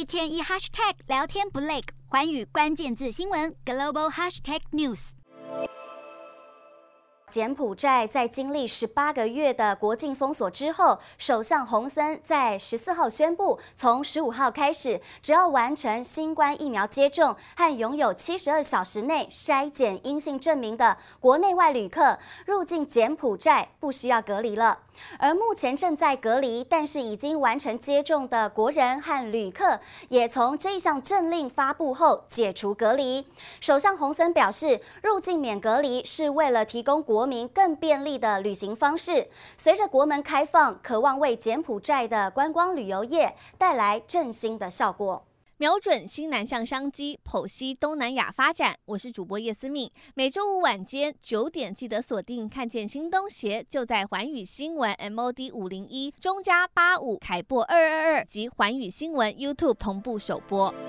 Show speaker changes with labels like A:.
A: 天一 hashtag 聊天不累，寰宇关键字新闻 global hashtag news。
B: 柬埔寨在经历18个月的国境封锁之后，首相洪森在14号宣布，从15号开始，只要完成新冠疫苗接种和拥有72小时内筛检阴性证明的国内外旅客入境柬埔寨不需要隔离了。而目前正在隔离但是已经完成接种的国人和旅客，也从这一项政令发布后解除隔离。首相洪森表示，入境免隔离是为了提供国民更便利的旅行方式。随着国门开放，渴望为柬埔寨的观光旅游业带来振兴的效果。
C: 瞄准新南向商机，剖析东南亚发展。我是主播叶思敏，每周五晚间9点记得锁定，看见新东协就在寰宇新闻 MOD 501中加85凯播222及寰宇新闻 YouTube 同步首播。